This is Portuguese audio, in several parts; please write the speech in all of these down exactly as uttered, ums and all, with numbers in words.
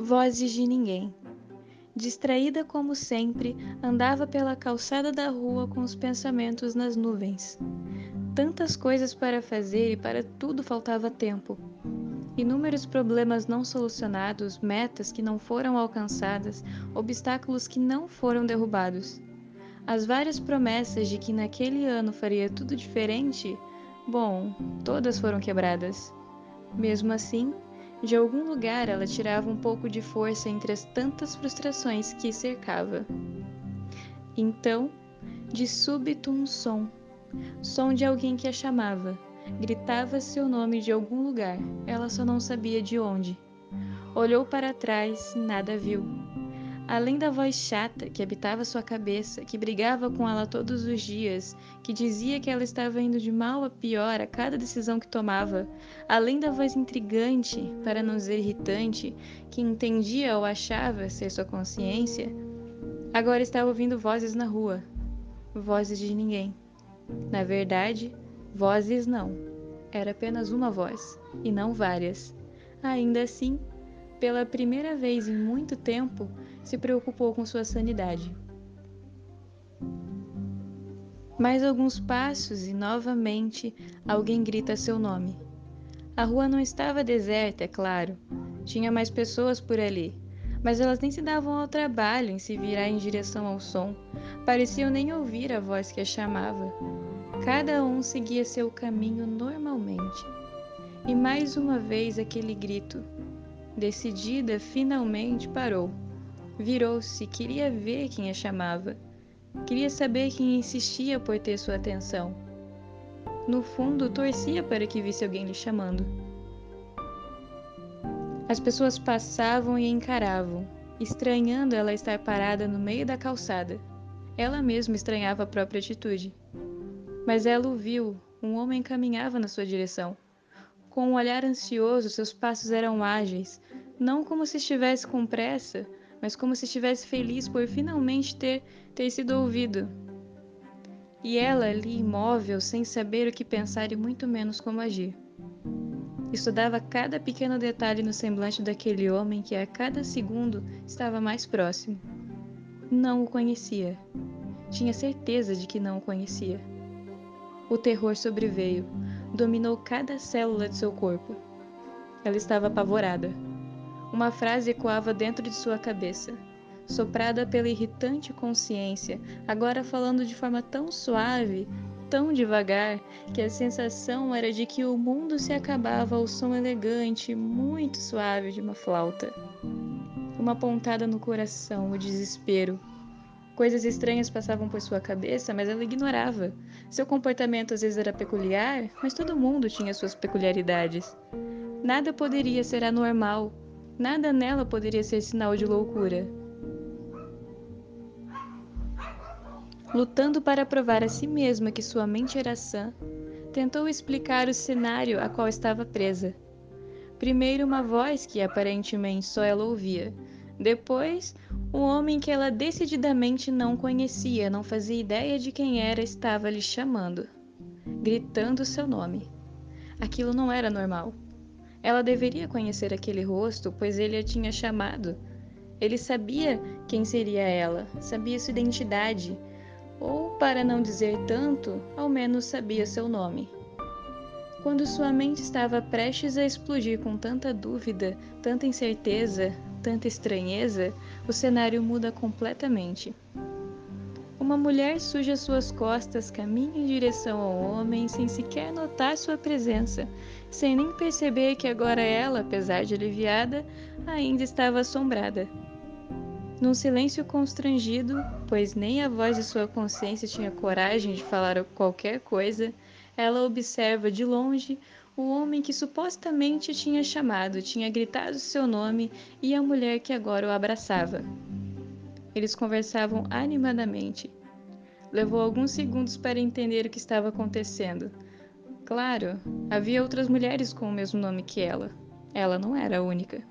Vozes de ninguém. Distraída como sempre, andava pela calçada da rua com os pensamentos nas nuvens. Tantas coisas para fazer e para tudo faltava tempo. Inúmeros problemas não solucionados, metas que não foram alcançadas, obstáculos que não foram derrubados. As várias promessas de que naquele ano faria tudo diferente, bom, todas foram quebradas. Mesmo assim, de algum lugar ela tirava um pouco de força entre as tantas frustrações que cercava. Então, de súbito um som, som de alguém que a chamava. Gritava seu nome de algum lugar, ela só não sabia de onde. Olhou para trás, nada viu. Além da voz chata que habitava sua cabeça, que brigava com ela todos os dias, que dizia que ela estava indo de mal a pior a cada decisão que tomava, além da voz intrigante, para não dizer irritante, que entendia ou achava ser sua consciência, agora estava ouvindo vozes na rua. Vozes de ninguém. Na verdade, vozes não. Era apenas uma voz, e não várias. Ainda assim, pela primeira vez em muito tempo, se preocupou com sua sanidade. Mais alguns passos e, novamente, alguém grita seu nome. A rua não estava deserta, é claro. Tinha mais pessoas por ali, mas elas nem se davam ao trabalho em se virar em direção ao som. Pareciam nem ouvir a voz que a chamava. Cada um seguia seu caminho normalmente. E mais uma vez aquele grito. Decidida, finalmente parou. Virou-se, queria ver quem a chamava. Queria saber quem insistia por ter sua atenção. No fundo, torcia para que visse alguém lhe chamando. As pessoas passavam e encaravam, estranhando ela estar parada no meio da calçada. Ela mesma estranhava a própria atitude. Mas ela o viu, um homem caminhava na sua direção. Com um olhar ansioso, seus passos eram ágeis, não como se estivesse com pressa, mas como se estivesse feliz por finalmente ter, ter sido ouvido. E ela ali imóvel, sem saber o que pensar e muito menos como agir. Estudava cada pequeno detalhe no semblante daquele homem que a cada segundo estava mais próximo. Não o conhecia. Tinha certeza de que não o conhecia. O terror sobreveio, dominou cada célula de seu corpo. Ela estava apavorada. Uma frase ecoava dentro de sua cabeça, soprada pela irritante consciência, agora falando de forma tão suave, tão devagar, que a sensação era de que o mundo se acabava ao som elegante, muito suave de uma flauta. Uma pontada no coração, o desespero. Coisas estranhas passavam por sua cabeça, mas ela ignorava. Seu comportamento às vezes era peculiar, mas todo mundo tinha suas peculiaridades. Nada poderia ser anormal. Nada nela poderia ser sinal de loucura. Lutando para provar a si mesma que sua mente era sã, tentou explicar o cenário a qual estava presa. Primeiro uma voz que aparentemente só ela ouvia. Depois, um homem que ela decididamente não conhecia, não fazia ideia de quem era, estava lhe chamando, gritando seu nome. Aquilo não era normal. Ela deveria conhecer aquele rosto, pois ele a tinha chamado. Ele sabia quem seria ela, sabia sua identidade, ou, para não dizer tanto, ao menos sabia seu nome. Quando sua mente estava prestes a explodir com tanta dúvida, tanta incerteza, tanta estranheza, o cenário muda completamente. Uma mulher suja suas costas, caminha em direção ao homem sem sequer notar sua presença, sem nem perceber que agora ela, apesar de aliviada, ainda estava assombrada. Num silêncio constrangido, pois nem a voz de sua consciência tinha coragem de falar qualquer coisa, ela observa de longe o homem que supostamente tinha chamado, tinha gritado seu nome e a mulher que agora o abraçava. Eles conversavam animadamente. Levou alguns segundos para entender o que estava acontecendo. Claro, havia outras mulheres com o mesmo nome que ela. Ela não era a única.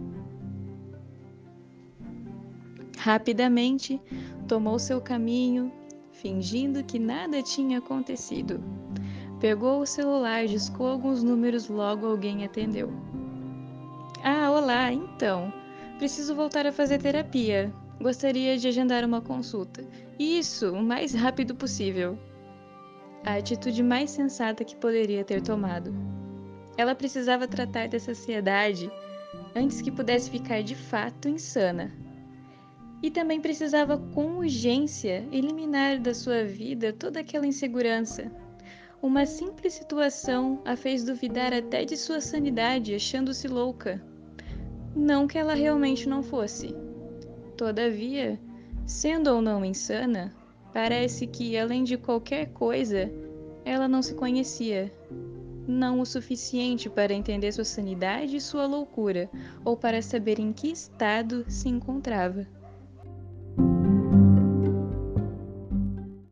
Rapidamente, tomou seu caminho, fingindo que nada tinha acontecido. Pegou o celular, discou alguns números, logo alguém atendeu. Ah, olá, então. Preciso voltar a fazer terapia. Gostaria de agendar uma consulta. Isso, o mais rápido possível. A atitude mais sensata que poderia ter tomado. Ela precisava tratar dessa ansiedade antes que pudesse ficar de fato insana. E também precisava, com urgência, eliminar da sua vida toda aquela insegurança. Uma simples situação a fez duvidar até de sua sanidade, achando-se louca. Não que ela realmente não fosse. Todavia, sendo ou não insana, parece que, além de qualquer coisa, ela não se conhecia. Não o suficiente para entender sua sanidade e sua loucura, ou para saber em que estado se encontrava.